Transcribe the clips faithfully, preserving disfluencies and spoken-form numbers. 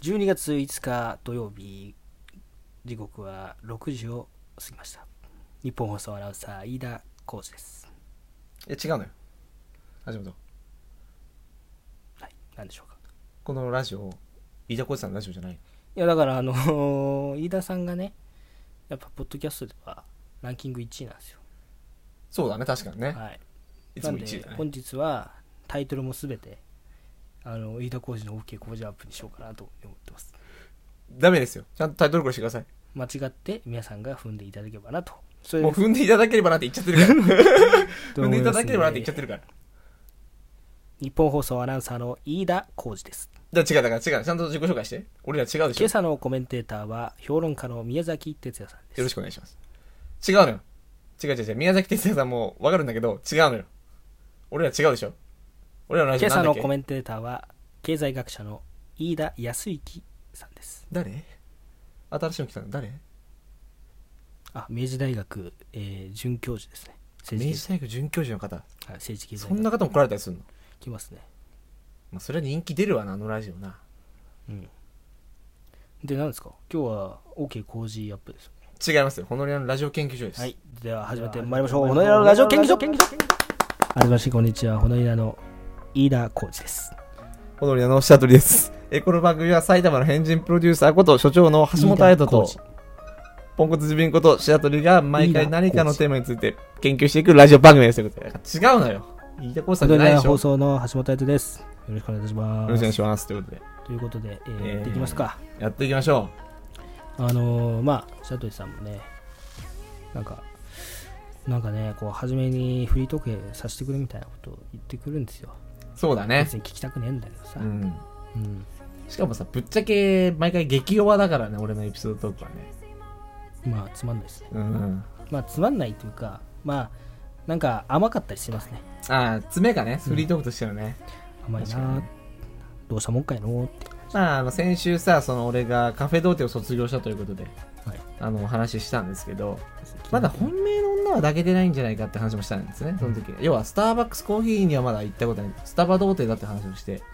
じゅうにがついつか土曜日、時刻はろくじを過ぎました。日本放送アナウンサー飯田浩司です。 いや違うのよ橋本。 はい、何でしょうか。 このラジオ飯田浩司さんのラジオじゃない。いやだからあの飯田さんがね、やっぱポッドキャストではランキングいちいなんですよ。 そうだね、確かにね。 はい。 いつもいちいだね。 なんで本日はタイトルもすべてあの飯田浩司の OK 工事アップにしようかなと思ってます。 ダメですよ。ちゃんとタイトルコールしてください。 間違って皆さんが踏んでいただければなと。それもう踏んでいただければなって言っちゃってるから踏んでいただければなって言っちゃってるから。 日本放送アナウンサーの飯田浩司です。 だから違うだから違うちゃんと自己紹介して。俺ら違うでしょ。 今朝のコメンテーターは評論家の宮崎哲也さんです。 よろしくお願いします。違うのよ。違う違う違う。宮崎哲也さんも分かるんだけど違うのよ。俺ら違うでしょ。俺らのラジオ今なんだっけ。 朝のコメンテーターは経済学者の飯田康之さんです。 誰？新しいの来たの誰？ あ、明治大学、えー、准教授ですね。 明治大学准教授の方。 はい、政治経済学。 そんな方も来られたりするの？ 来ますね。 まあ、それは人気出るわな、あのラジオな。 うん。で、何ですか今日は OK 工事アップですよね。 違いますよ。ホノリアのラジオ研究所です。 はい。では始めてまいりましょう。ホノリアのラジオ研究所研究所ありましてこんにちは。ホノリアの飯田浩司です。 ホノリアのシャトリです。えこの番組は埼玉の変人プロデューサーこと所長の橋本彩人とポンコツ自民ことシャトリが毎回何かのテーマについて研究していくラジオ番組ですということで。違うのよ。飯田浩司さんじゃないでしょ。 放送の橋本彩人です。よろしくお願いいたします。 よろしくお願いしますということで。 ということで、えーえー、 やっていきますか。 やっていきましょう。あのー、まあシャトリさんもね、なんかなんかね、こう初めにフリートークさせてくれみたいなことを言ってくるんですよ。 そうだね。 別に聞きたくねえんだけどさ。 うん。 うん。 しかもさ、ぶっちゃけ毎回激弱だからね、俺のエピソードトークはね。 まあつまんないですね。 うん。 まあつまんないというか、まあなんか甘かったりしますね。 ああ、爪がね、フリートークとしてのね。 うん、甘いな、ね、どうしたもんかいのって。 まあ、あの先週さ、その俺がカフェ童貞を卒業したということで、 はい、 あのお話ししたんですけど、まだ本命の女は抱けてないんじゃないかって話もしたんですね、その時。要は、スターバックスコーヒーにはまだ行ったことない。スタバ童貞だって話をして。はい、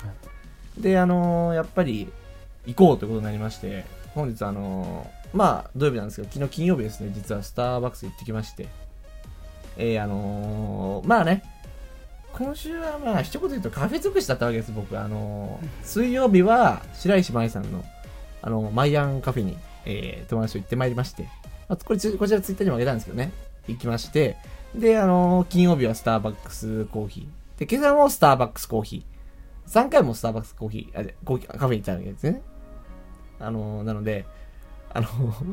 で、あのー、やっぱり行こうということになりまして、本日、あのー、まあ、土曜日なんですけど、昨日金曜日ですね、実はスターバックス行ってきまして、えー、あのー、まあね、今週はまあ一言言うとカフェ尽くしだったわけです。僕あのー、水曜日は白石麻衣さんのあのマイアンカフェに、えー、友達と行ってまいりまして、まあ、これこちらツイッターにもあげたんですけどね、行きまして、であのー、金曜日はスターバックスコーヒーで、今朝もスターバックスコーヒー、さんかいもスターバックスコーヒーあコーヒーカフェに行ったわけですね。あのー、なのであのー、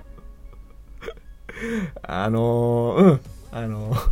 あのー、うんあのー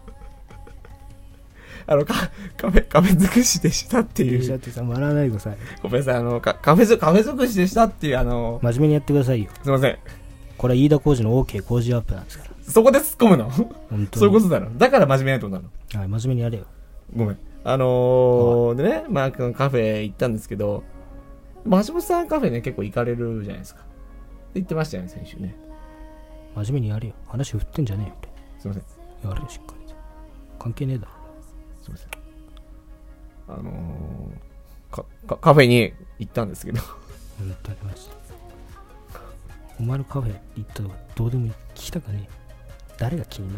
あの、カフェ、カフェ尽くしでしたっていう。 シャトリさん、笑わないでください。 ごめんなさい、あの、カフェ、カフェ尽くしでしたっていう、あの、 真面目にやってくださいよ。 すいません。 これ、飯田浩司の OK 工事アップなんですから。 そこで突っ込むの？本当に。そういうことだろ。だから真面目なことなの。 はい、真面目にやれよ。 ごめん。あのー、はい、でね、まあ、カフェ行ったんですけど、橋本さんカフェね、結構行かれるじゃないですか。言ってましたよね、先週ね。 真面目にやれよ。話振ってんじゃねえよ。 すいません。 やれよ、しっかりと。関係ねえだろ。 すいません。あのー、かかカフェに行ったんですけど本当にマジでお前のカフェ行ったとかどうでも聞きたくねえ。誰が気になった？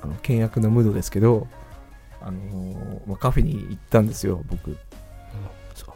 あの倹約のムードですけど、あのーまあ、カフェに行ったんですよ僕。うん、 そう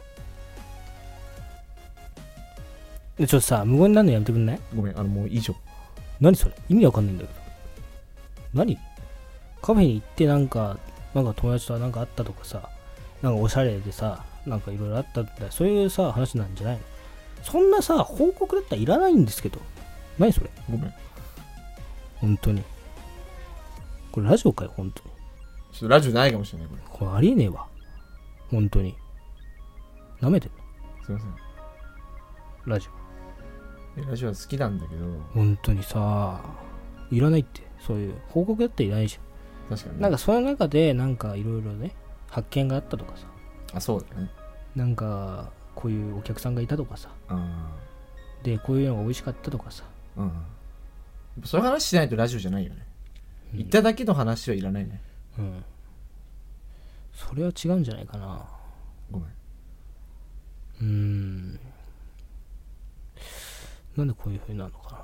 でちょっとさ、無言になるのやめてくんない？ ごめん、あのもう以上。 何それ、意味わかんないんだけど。何カフェに行ってなんかなんか友達となんかあったとかさ、なんかおしゃれでさ、なんかいろいろあったんだ、そういうさ話なんじゃないの？そんなさ報告だったらいらないんですけど。何それ？ ごめん。 本当に。これラジオかよ、本当に。 ちょっとラジオないかもしれないこれ。 これありえねえわ。本当に。舐めてんの？ すいません。 ラジオ。ラジオは好きなんだけど。 本当にさ、いらないって。そういう報告だったらいらないじゃん。 確かに、ね、 なんかその中でなんかいろいろね発見があったとかさ、 あ、そうだね、 なんかこういうお客さんがいたとかさ、でこういうのが美味しかったとかさ、 うん、そういう話しないとラジオじゃないよね、うん、言っただけの話はいらないね。 うん、それは違うんじゃないかな。 ごめん。 なんでこういう風になるのかな。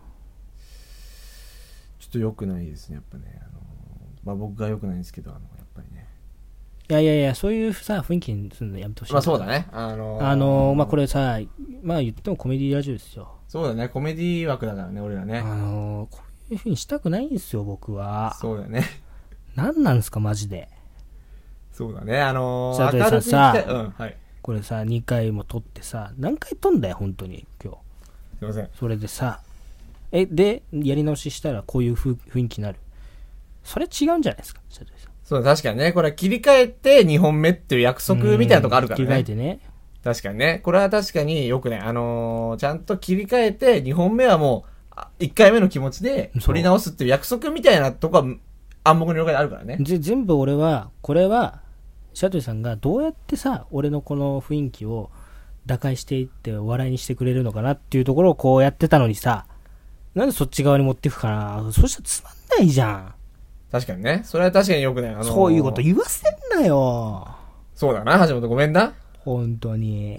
ちょっと良くないですねやっぱね。あのまあ僕が良くないんですけど、あのやっぱりね。 いやいやいや、そういうさ雰囲気にするのやめてほしい。 まあそうだね。あのー、 あのー、まあこれさ、まあ言ってもコメディラジオですよ。 そうだね、コメディ枠だからね、俺らね。 あのー、こういう風にしたくないんですよ僕は。 そうだね。 なんなんですかマジで。 そうだね、あのー、 さあ明るくいきたい。うん、はい。 これさにかいも撮ってさ、何回撮んだよ本当に今日。 すいません。 それでさ、えでやり直ししたらこういう雰囲気になる。それ違うんじゃないですか。 そう確かにね、これは切り替えてにほんめっていう約束みたいなとこあるからね。 切り替えてね。 確かにね、これは確かによくね、あのー、ちゃんと切り替えてにほんめはもういっかいめの気持ちで取り直すっていう約束みたいなとこは暗黙の了解であるからね。 で全部俺はこれはシャトリさんがどうやってさ俺のこの雰囲気を打開していって笑いにしてくれるのかなっていうところをこうやってたのにさ、なんでそっち側に持っていくかな。そしたらつまんないじゃん。 確かにね、それは確かによくね、あのー、 そういうこと言わせんなよ。 そうだな、橋本ごめんな。 本当に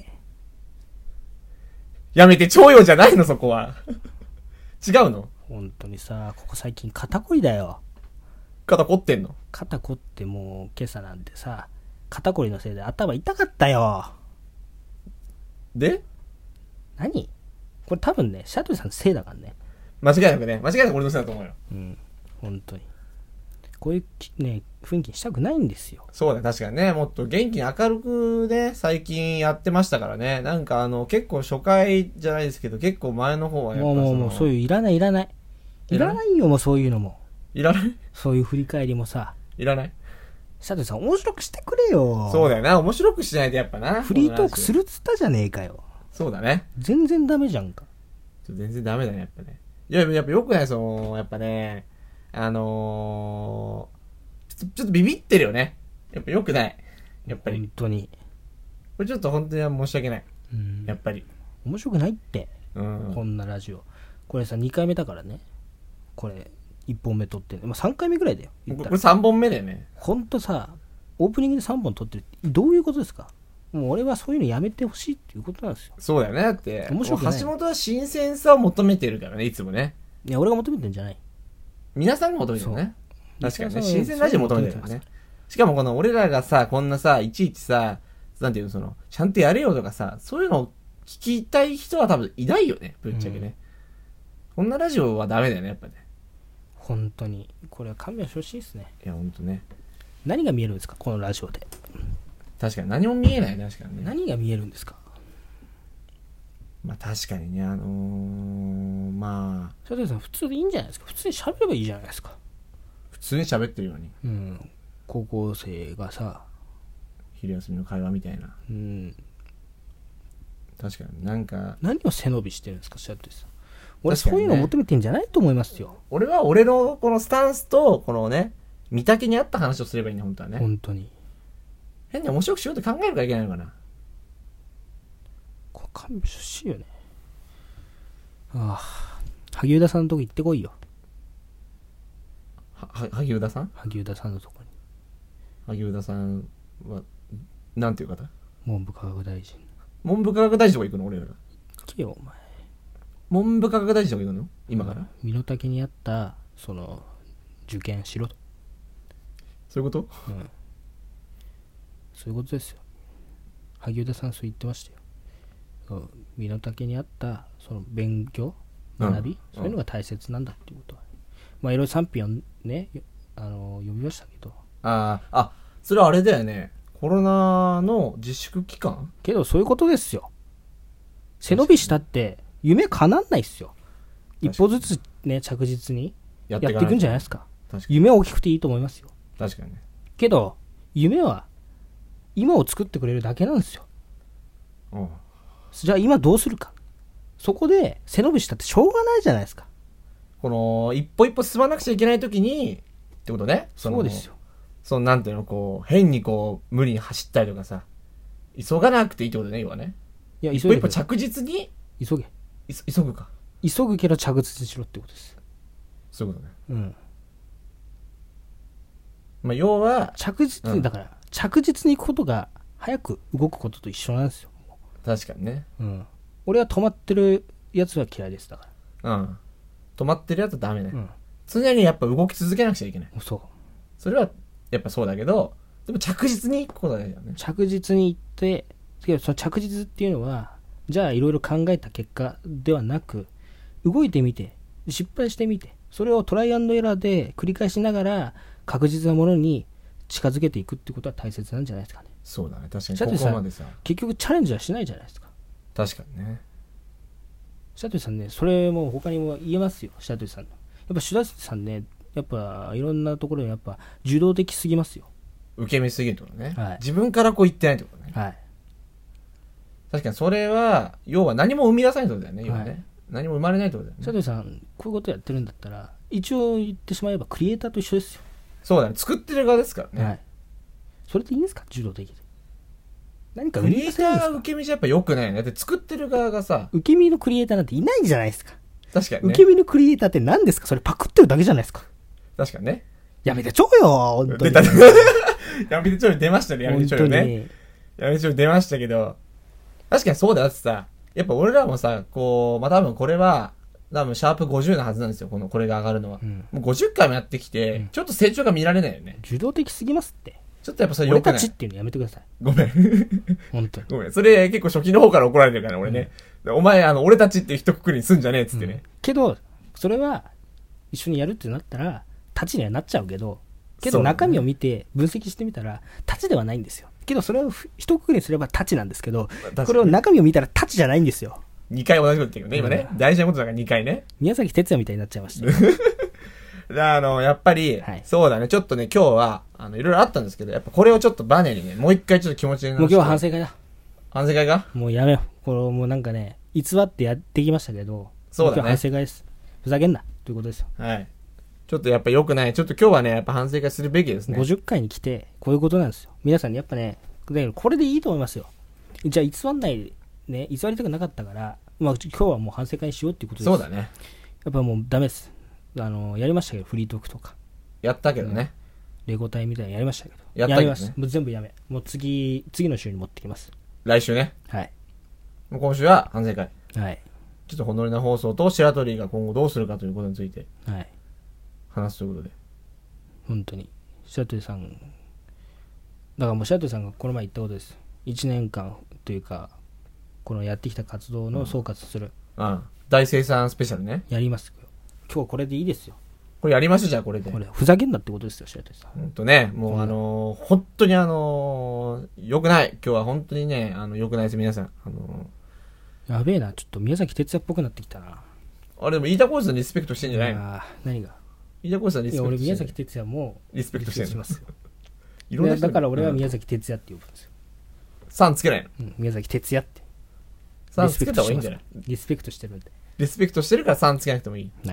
やめて、徴用じゃないのそこは。違うの？ 本当にさ、ここ最近肩こりだよ。 肩凝ってんの？ 肩こってもう今朝なんてさ、肩こりのせいで頭痛かったよ。 で？ 何？これ多分ね、シャトリさんのせいだからね。 間違いなくね、間違いなく俺のせいだと思うよ。 うん、本当に。こういうね、雰囲気にしたくないんですよ。 そうだ、確かにね、もっと元気に明るくね、最近やってましたからね。なんかあの、結構初回じゃないですけど、結構前の方はやっぱもうもうもうそういういらないいらない。いらないよもうそういうのも。 いらないそういう振り返りもさ。 いらない。 シャトリさん面白くしてくれよ。 そうだよな、面白くしないとやっぱな。 フリートークするっつったじゃねえかよ。 そうだね。 全然ダメじゃんか。 全然ダメだね、やっぱね。いや、やっぱよくない、その、やっぱね、あのー、ちょっと、ちょっとビビってるよね。やっぱよくない。やっぱり。 本当に。 これちょっと本当に申し訳ない。 うん。 やっぱり。 面白くないって。 うん。 こんなラジオ。これさ、にかいめだからね。これ、いっぽんめ撮ってる。まあ、さんかいめぐらいだよ。 これさんぼんめだよね。 ほんとさ、オープニングでさんぼん撮ってるってどういうことですか？もう俺はそういうのやめてほしいっていうことなんですよ。 そうだよね。だって、 面白くない。 橋本は新鮮さを求めてるからね、いつもね。 いや、俺が求めてるんじゃない。 皆さんが求めてるね。確かにね、新鮮ラジオ求めてるからね。しかもこの俺らがさ、こんなさ、いちいちさ、なんていうの、その、ちゃんとやれよとかさ、そういうのを聞きたい人は多分いないよね、ぶっちゃけね。うん、こんなラジオはダメだよね、やっぱね。 本当に。これは勘弁してほしいですね。 いや、ほんとね。 何が見えるんですか、このラジオで。 確かに何も見えない、確かにね。 何が見えるんですか。 まあ確かにね、あのー、まあ。 佐藤さん、普通でいいんじゃないですか。普通に喋ればいいじゃないですか。 普通に喋ってるように。 うん。高校生がさ、 昼休みの会話みたいな。 うん。 確かになんか。 何を背伸びしてるんですか、佐藤さん。俺、そういうのを求めてんじゃないと思いますよ。 俺は俺のこのスタンスと、このね、見たけに合った話をすればいいね、本当はね。 本当に。 変に面白くしようって考えるからいけないのかな。 これ勘弁してほしいよね。ああ。萩生田さんのとこ行ってこいよ。 は、は、萩生田さん？ 萩生田さんのとこに。 萩生田さんは、なんていう方？ 文部科学大臣。 文部科学大臣とか行くの俺らが。 行けよ、お前。 文部科学大臣とか行くの今から。 身の丈にあった、その、受験しろと。 そういうこと？ うん。そういうことですよ。萩生田さんそう言ってましたよ。身の丈にあったその勉強学び、うん、そういうのが大切なんだっていうことは、まあいろいろ賛否をね、あの呼びましたけど、 ああ、あ、それはあれだよね。コロナの自粛期間？ けどそういうことですよ。背伸びしたって夢叶んないっすよ。一歩ずつね、着実にやっていくんじゃないですか。夢は大きくていいと思いますよ。 確かにね。 けど夢は今を作ってくれるだけなんですよ。 うん。 じゃあ今どうするか。そこで背伸びしたってしょうがないじゃないですか。 この一歩一歩進まなくちゃいけないときにってことね。 そそうですよ。 そのなんていうの、こう変にこう無理に走ったりとかさ、急がなくていいってことね、要はね。 いや、 一歩一歩着実に急げ。 急ぐか。 急ぐけど着実にしろってことです。 そういうことね。 うん。 まあ要は着実に、うん、だから着実に行くことが早く動くことと一緒なんですよ。 確かにね。 うん。俺は止まってるやつは嫌いです。だかうん止まってるやつはダメね、 ら。うん。 常にやっぱ動き続けなくちゃいけない。 そう。 それはやっぱそうだけど、でも着実に行くことが大事だよね。 着実にいって、けどその着実っていうのは、じゃあいろいろ考えた結果ではなく、動いてみて、失敗してみて、それをトライアンドエラーで繰り返しながら、確実なものに近づけていくってことは大切なんじゃないですかね。 そうだね、確かに。 シャトルさんここまでさ、 結局チャレンジはしないじゃないですか。 確かにね。 シャトルさんね、それも他にも言えますよ、シャトルさんの。やっぱシュダさんね、やっぱいろんなところでやっぱ受動的すぎますよ。 受け身すぎるってことね、 はい、 自分からこう言ってないってことね。 はい。 確かにそれは要は何も生み出さないってことだよね、要はね、 はい、 何も生まれないってことだよね。 シャトルさんこういうことやってるんだったら、一応言ってしまえばクリエイターと一緒ですよ。 そうだね、作ってる側ですからね、 はい。それでいいんですか、受動的で。何かクリエイターが受け身じゃやっぱ良くないよね。だって作ってる側がさ、 受け身のクリエイターなんていないじゃないですか。 確かにね。 受け身のクリエイターって何ですか。それパクってるだけじゃないですか。 確かにね。 やめてちょうよ、本当に。 出たやめてちょい出ましたね、やめてちょいよね。やめてちょい出ましたけど、確かにそうだよってさ、やっぱ俺らもさ、こう、まあ、多分これは、多分シャープごじゅうのはずなんですよ、この、これが上がるのは。うん、もうごじゅっかいもやってきて、うん、ちょっと成長が見られないよね。 受動的すぎますって。 ちょっとやっぱそれ良くない。 俺たちっていうのやめてください。 ごめん。 本当に。 ごめん。それ結構初期の方から怒られてるからね、俺ね。うん、お前、あの、俺たちっていう一括りにすんじゃねえっつってね。うん、 けど、それは、一緒にやるってなったら、たちにはなっちゃうけど、けど中身を見て分析してみたら、たちではないんですよ。けどそれを一括りにすればたちなんですけど、これを中身を見たらたちじゃないんですよ。 にかい同じこと言ってるけどね、今ね。大事なことだからにかいね。 宮崎哲也みたいになっちゃいました。 あの、やっぱり、はい、そうだね、ちょっとね、今日は、あの、いろいろあったんですけど、やっぱこれをちょっとバネにね、もう一回ちょっと気持ちになって。 もう今日は反省会だ。 反省会がもうやめよう。これもうなんかね、偽ってやってきましたけど、 そうだね。 今日反省会です。ふざけんな、ということですよ。 はい。ちょっとやっぱ良くない。ちょっと今日はね、やっぱ反省会するべきですね。 ごじゅっかいに来て、こういうことなんですよ。皆さんにやっぱね、これでいいと思いますよ。じゃあ偽んない、ね、偽りたくなかったから、まあ今日はもう反省会しようっていうことです。 そうだね。 やっぱもうダメです。あの、やりましたけど、フリートークとか。 やったけどね。 レゴ隊みたいなのやりましたけど。 やったけどね。 やります。もう全部やめ。もう次、次の週に持ってきます。 来週ね。 はい。 もう今週は反省会。 はい。 ちょっとホノルナ放送と白鳥が今後どうするかということについて。 はい。 話すということで。 本当に。白鳥さん、だからもう白鳥さんがこの前言ったことです。いちねんかんというか、このやってきた活動の総括する。 うん。うん、大生産スペシャルね。 やります。今日これでいいですよ。 これやりましょう、じゃあこれで。 これ、ふざけんなってことですよ、白鳥さん。 ほんとね、もうあのー、本当にあのー、良くない。今日は本当にね、あの、良くないです、皆さん。あのー、やべえな、ちょっと宮崎哲也っぽくなってきたな。 あれでも、飯田浩司さんリスペクトしてんじゃないの？ ああ、何が？ 飯田浩司さんリスペクトしてん。いや、 俺宮崎哲也もリスペクトしてんの。 ますよ。 いろんなだから俺は宮崎哲也って呼ぶんですよ。 さんつけないの？ うん、宮崎哲也って。 さんつけた方がいいんじゃない？ リスペクトしてるんで。 リスペクトしてるからさんつけなくてもいい。 はい。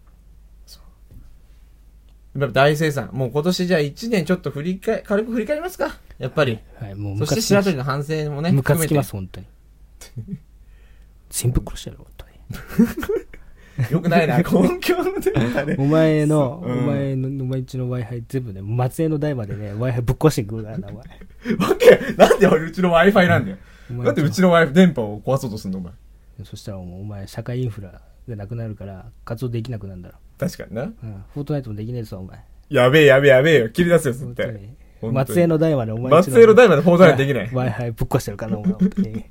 やっぱ大生産。もう今年じゃあいちねんちょっと振り返、軽く振り返りますか。やっぱり。 はい、もうそして白鳥の反省もね。 ムカつきます、本当に。全部殺してやる、本当に。よくないな、根拠のデータで。 お前の、うん、お前の、お前んちの Wi-Fi 全部ね、松江の台までね、Wi-Fi ぶっ壊してくるからな、お前。 わけ、なんで俺うちの Wi-Fi なんだよ。なんでうちの Wi-Fi 電波を壊そうとすんの、お前。 そしたらもうお前、社会インフラがなくなるから、活動できなくなるんだろ。 確かにな。うん。 フォートナイトもできねえぞ、お前。 やべえやべえやべえよ。切り出すよ、絶対。 松江の台までお前。 松江の台までフォートナイトできない。 Wi-Fi ぶっ壊してるからな、お前。本当に。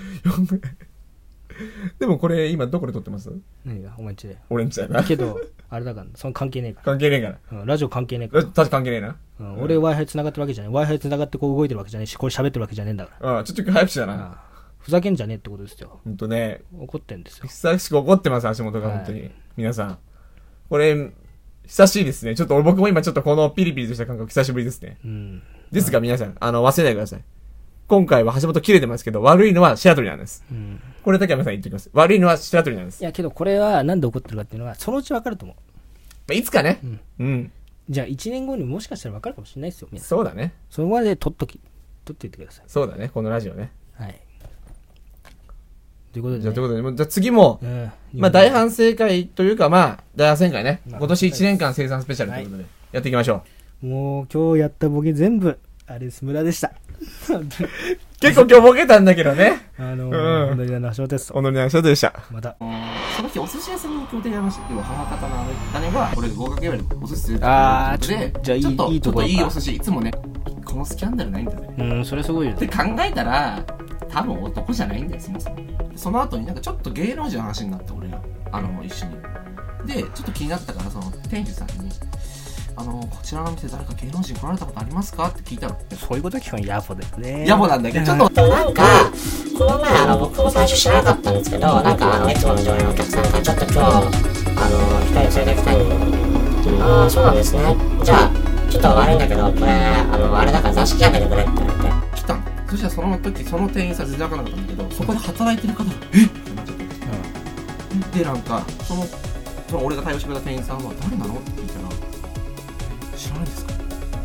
でもこれ今どこで撮ってます？ 何がお前んちで。 俺んちだな。 けど、あれだから、その関係ねえから。 関係ねえから。 うん、ラジオ関係ねえから。 確か関係ねえな。 うん、俺 Wi-Fi 繋がってるわけじゃない。Wi-Fi 繋がってこう動いてるわけじゃないし、これ喋ってるわけじゃねえんだから。ああ、ちょっと今日早口だな。ああ、 ふざけんじゃねえってことですよ。 ほんとね。 怒ってんですよ。 久しく怒ってます、足元が、本当に。はい、皆さん。これ、久しいですね。ちょっと僕も今ちょっとこのピリピリとした感覚久しぶりですね。うん。ですが皆さん、あの、忘れないでください。今回は橋本切れてますけど、悪いのは白鳥なんです。うん。これだけは皆さん言っておきます。悪いのは白鳥なんです。 いや、けどこれはなんで怒ってるかっていうのは、そのうちわかると思う。 まあ、いつかね。 うん。うん。じゃあいちねんごにもしかしたらわかるかもしれないですよ。皆さん。 そうだね。 そのまで取っとき、取っていってください。 そうだね、このラジオね。 はい。ということで、ね。 じゃあ、ということで、じゃあ次も、うん、まあ大反省会というか、まあ、大反省会ね。今年いちねんかん生産スペシャルということで、やっていきましょう。もう今日やったボケ全部、 あれスムラでした結構今日ボケたんだけどね。 あのうんー、踊りの橋本です。 お乗りの人でした。 またその日お寿司屋さんに協定やりました。要は母方の姉が俺が合格祝いでお寿司するってあーことで、 ちょじゃあいいちょっといいところかちょっといいお寿司いつもね、このスキャンダルないんだね。 うんそれすごいよってね。 考えたら多分男じゃないんだよ、そもそも。その後になんかちょっと芸能人の話になって、俺があの一緒にでちょっと気になったから、その店主さんにあのこちらの店誰か芸能人来られたことありますかって聞いたの。 そういうこと聞くの野暮だよね。 野暮なんだけど、ちょっとでもなんか、この前あの僕も最初知らなかったんですけど、なんかあのいつもの常連のお客さんがちょっと今日あの一人連れてきたいんで、ああそうなんですね。じゃあちょっと悪いんだけど、これあのあれだから座敷やめてくれって言われて。 来たの。そしたらその時その店員さん全然分からなかったんだけど、そこで働いてる方がえっってなっちゃって、でなんかそのその俺が対応してくれた店員さんは誰なのって聞いたら、知らないですか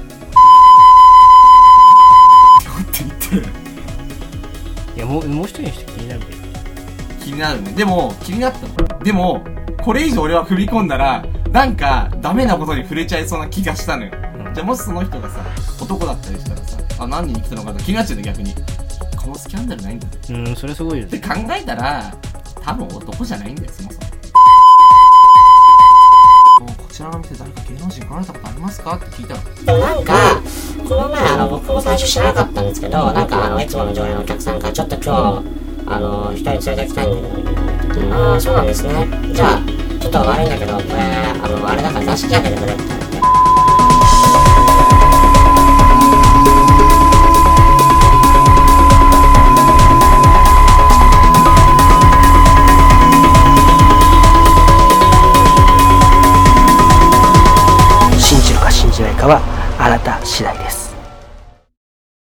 って言って、 いやもうもう一人の人気になるけど気になるね。でも気になったの。でもこれ以上俺は踏み込んだらなんかダメなことに触れちゃいそうな気がしたのよ、うん、じゃあもしその人がさ男だったりしたらさ、あ何人来たのかと気になっちゃうの。逆にこのスキャンダルないんだね。 うんそれすごいよね。 って考えたら多分男じゃないんだよ、そもそも。もうこちらの店誰か芸能人来られたことありますかって聞いたら、 でもなんか、この前あの僕も最初知らなかったんですけど、なんかあのいつもの常連のお客さんからちょっと今日あの一人連れてきたいんで、ああそうなんですね。じゃあちょっと悪いんだけど、これあのあれだから座敷やめてくれって言われて。